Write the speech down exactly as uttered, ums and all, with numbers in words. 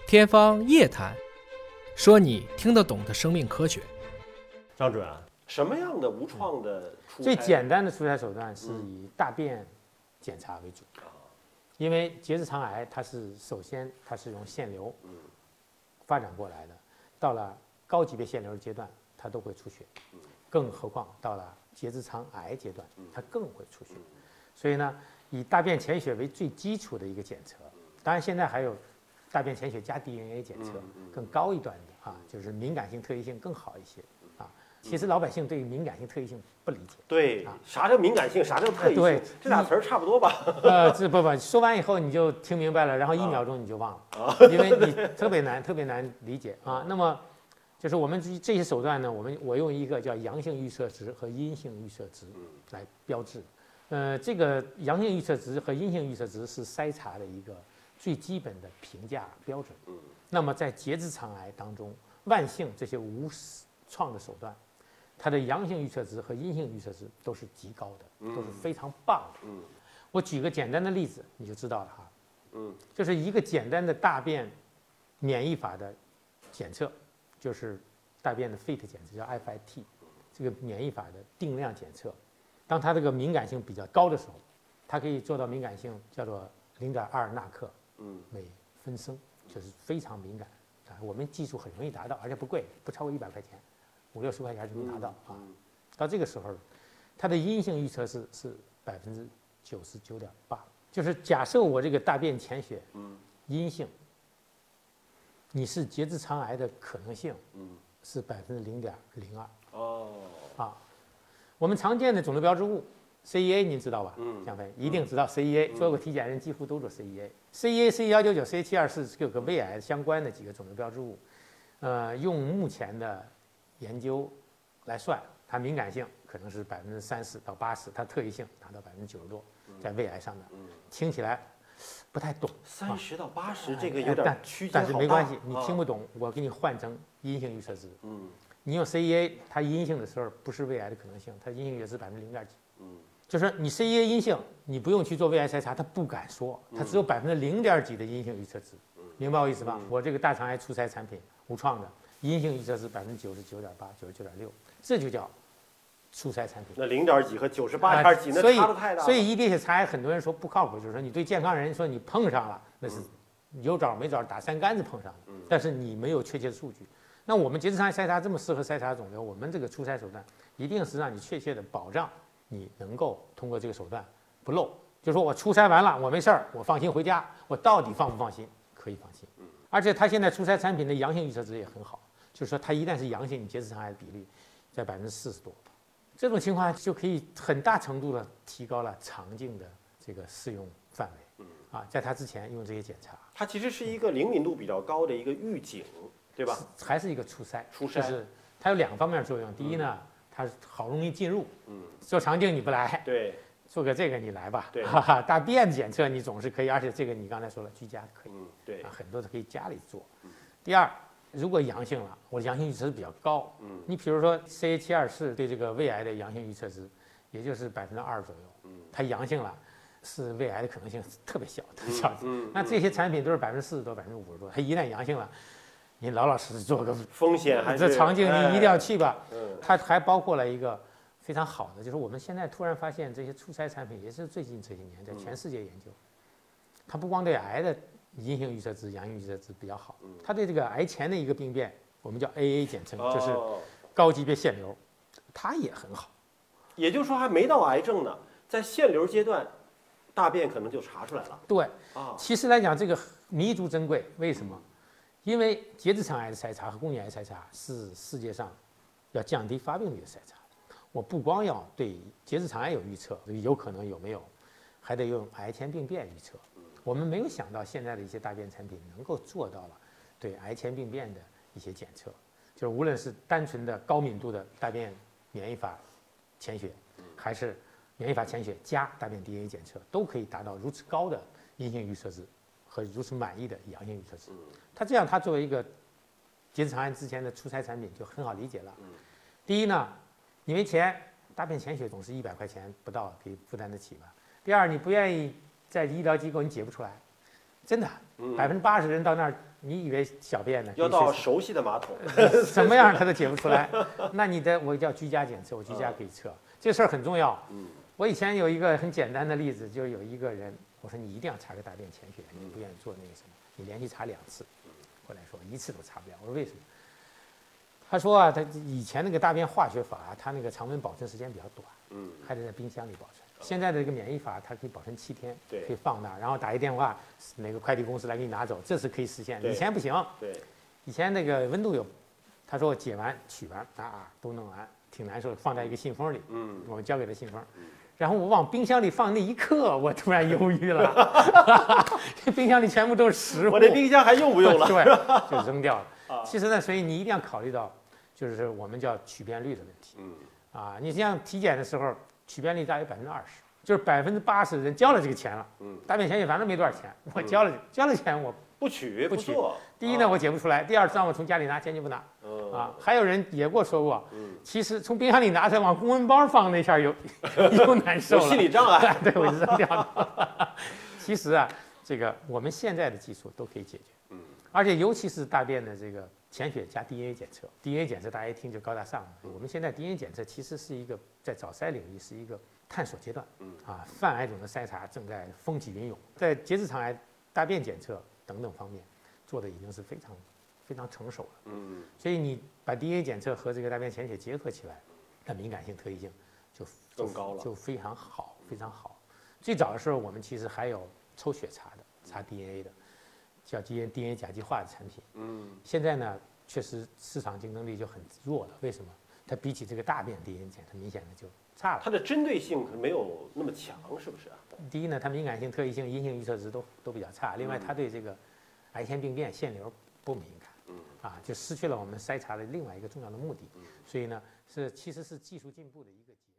天方夜谭，说你听得懂的生命科学。 张主任，什么样的无创的出差？ 最简单的出差手段是以大便检查为主，嗯、因为结直肠癌它是首先它是用腺瘤发展过来的，到了高级别腺瘤阶段它都会出血，更何况到了结直肠癌阶段它更会出血，所以呢，以大便潜血为最基础的一个检测，当然现在还有大便潜血加 D N A 检测更高一端的啊，就是敏感性特异性更好一些啊。其实老百姓对敏感性特异性不理解。 对，啊、啥叫敏感性，啥叫特异性？ 对， 这俩词儿差不多吧？ 呃，这不不，说完以后你就听明白了，然后一秒钟你就忘了，啊、因为你特别难，特别难理解啊。那么，就是我们这些手段呢，我们我用一个叫阳性预测值和阴性预测值来标志。呃，这个阳性预测值和阴性预测值是筛查的一个最基本的评价标准。那么在结直肠癌当中，万幸这些无创的手段，它的阳性预测值和阴性预测值都是极高的，都是非常棒的。我举个简单的例子，你就知道了哈。嗯，就是一个简单的大便免疫法的检测，就是大便的 F I T 检测，叫 F I T， 这个免疫法的定量检测。当它这个敏感性比较高的时候，它可以做到敏感性叫做零点二纳克每分升，就是非常敏感啊。我们技术很容易达到，而且不贵，不超过一百块钱，五六十块钱就能达到啊。到这个时候，它的阴性预测是是百分之九十九点八，就是假设我这个大便潜血阴性，你是结直肠癌的可能性是百分之零点零二哦啊。我们常见的肿瘤标志物 C E A 您知道吧？嗯，江飞一定知道 C E A， 做过体检人几乎都知道 C E A。C E A、C 一九九、C 七二四这个胃癌相关的几个肿瘤标志物，呃，用目前的研究来算，它敏感性可能是百分之三十到八十，它特异性达到百分之九十多，在胃癌上面，听起来不太懂。 三十到八十这个有点区间好大， 但是没关系，你听不懂，我给你换成阴性预测值。嗯。你用 C E A， 它阴性的时候不是胃癌的可能性，它阴性也是百分之零点几。嗯，就是你 C E A 阴性，你不用去做胃癌筛查，它不敢说，它只有百分之零点几的阴性预测值。明白我意思吧？我这个大肠癌出筛产品无创的阴性预测值百分之九十九点八、九十九点六，这就叫出筛产品。 那零点几和九十八点几，那差的太大了。 所以一滴血肠癌很多人说不靠谱，就是说你对健康人说你碰上了，那是有找没找打三竿子碰上的，但是你没有确切的数据。那我们结直肠癌筛查这么适合筛查肿瘤，我们这个出筛手段一定是让你确切的保障你能够通过这个手段不漏。就说我出筛完了，我没事儿，我放心回家，我到底放不放心？可以放心。而且它现在出筛产品的阳性预测值也很好，就是说它一旦是阳性，你结直肠癌的比例在百分之四十多，这种情况就可以很大程度的提高了肠镜的这个适用范围。啊，在它之前用这些检查， 它其实是一个灵敏度比较高的一个预警。对吧？还是一个初筛， 初筛就是它有两方面作用。第一呢，它好容易进入，嗯，做肠镜你不来， 对， 做个这个你来吧， 对， 哈哈，大便检测你总是可以，而且这个你刚才说了，居家可以， 嗯，对， 啊，很多都可以家里做。第二，如果阳性了，我的阳性预测值比较高，嗯，你比如说 C A 七二四对这个胃癌的阳性预测值，也就是百分之二左右，嗯，它阳性了。是胃癌的可能性特别小，特别小。嗯，那这些产品都是百分之四十多、百分之五十多，它一旦阳性了。你老老实实做个风险还是这肠镜，你一定要去吧。嗯，它还包括了一个非常好的，就是我们现在突然发现这些出筛产品也是最近这些年在全世界研究，它不光对癌的阴性预测值、阳性预测值比较好，它对这个癌前的一个病变，我们叫 A A 简称，就是高级别腺瘤，它也很好。 也就是说还没到癌症呢，在腺瘤阶段，大便可能就查出来了。 对，啊，其实来讲这个弥足珍贵，为什么？因为结直肠癌的筛查和宫颈癌筛查是世界上要降低发病率的筛查。我不光要对结直肠癌有预测，有可能有没有，还得用癌前病变预测。我们没有想到现在的一些大便产品能够做到了对癌前病变的一些检测，就是无论是单纯的高敏度的大便免疫法潜血，还是免疫法潜血加大便 D N A 检测，都可以达到如此高的阴性预测值。和如此满意的阳性预测值，它这样，它作为一个结直肠癌之前的出筛产品就很好理解了。第一呢，你没钱，大便潜血总是一百块钱不到可以负担得起吧。第二，你不愿意在医疗机构你解不出来， 真的，百分之八十人到那儿，你以为小便呢？ 要到熟悉的马桶， 什么样他都解不出来。那你得我叫居家检测，我居家可以测，这事儿很重要。 嗯， 我以前有一个很简单的例子，就有一个人，我说你一定要查个大便潜血，你不愿意做那个什么，你连续查两次，后来说一次都查不了。我说为什么？他说啊，他以前那个大便化学法啊，他那个常温保存时间比较短， 嗯， 还得在冰箱里保存。现在的这个免疫法，它可以保存七天， 对， 可以放那，然后打一电话，哪个快递公司来给你拿走，这是可以实现的。 对以前不行， 对， 以前那个温度有，他说我解完取完啊都弄完，挺难受的，放在一个信封里， 嗯， 我们交给他信封， 嗯然后我往冰箱里放那一刻，我突然犹豫了，这冰箱里全部都是食物， 我这冰箱还用不用了？ 对，就扔掉了。 啊其实呢，所以你一定要考虑到，就是我们叫取便率的问题。 嗯， 啊，你像体检的时候，取便率大约百分之二十，就是百分之八十的人交了这个钱了。 嗯， 大便潜血反正没多少钱，我交了、交了钱我不取不取做。 第一呢， 啊我解不出来；第二，让我从家里拿，坚决不拿。 嗯啊，还有人也跟我说过， 嗯， 其实从冰箱里拿出来往公文包放那下有又难受了， 有心理障碍。 对，我就扔掉了。其实啊，这个我们现在的技术都可以解决。 嗯， 而且尤其是大便的这个潜血加 D N A 检测 ，D N A 检测大家一听就高大上了。我们现在 D N A 检测其实是一个在早筛领域是一个探索阶段， 嗯啊，泛癌种的筛查正在风起云涌，在结直肠癌、大便检测等等方面做的已经是非常非常成熟了。 嗯， 所以你把 D N A 检测和这个大便潜血结合起来，那敏感性、特异性就更高了， 就非常好，非常好。最早的时候，我们其实还有抽血查的，查 D N A 的。叫 D N A 甲基化的产品， 嗯， 现在呢，确实市场竞争力就很弱了。为什么？它比起这个大便 D N A 检测，明显的就差了。 它的针对性没有那么强，是不是啊？ 第一呢，它敏感性、特异性、阴性预测值都都比较差。另外，它对这个癌前病变、腺瘤不敏感， 嗯， 啊，就失去了我们筛查的另外一个重要的目的。所以呢，是其实是技术进步的一个结果。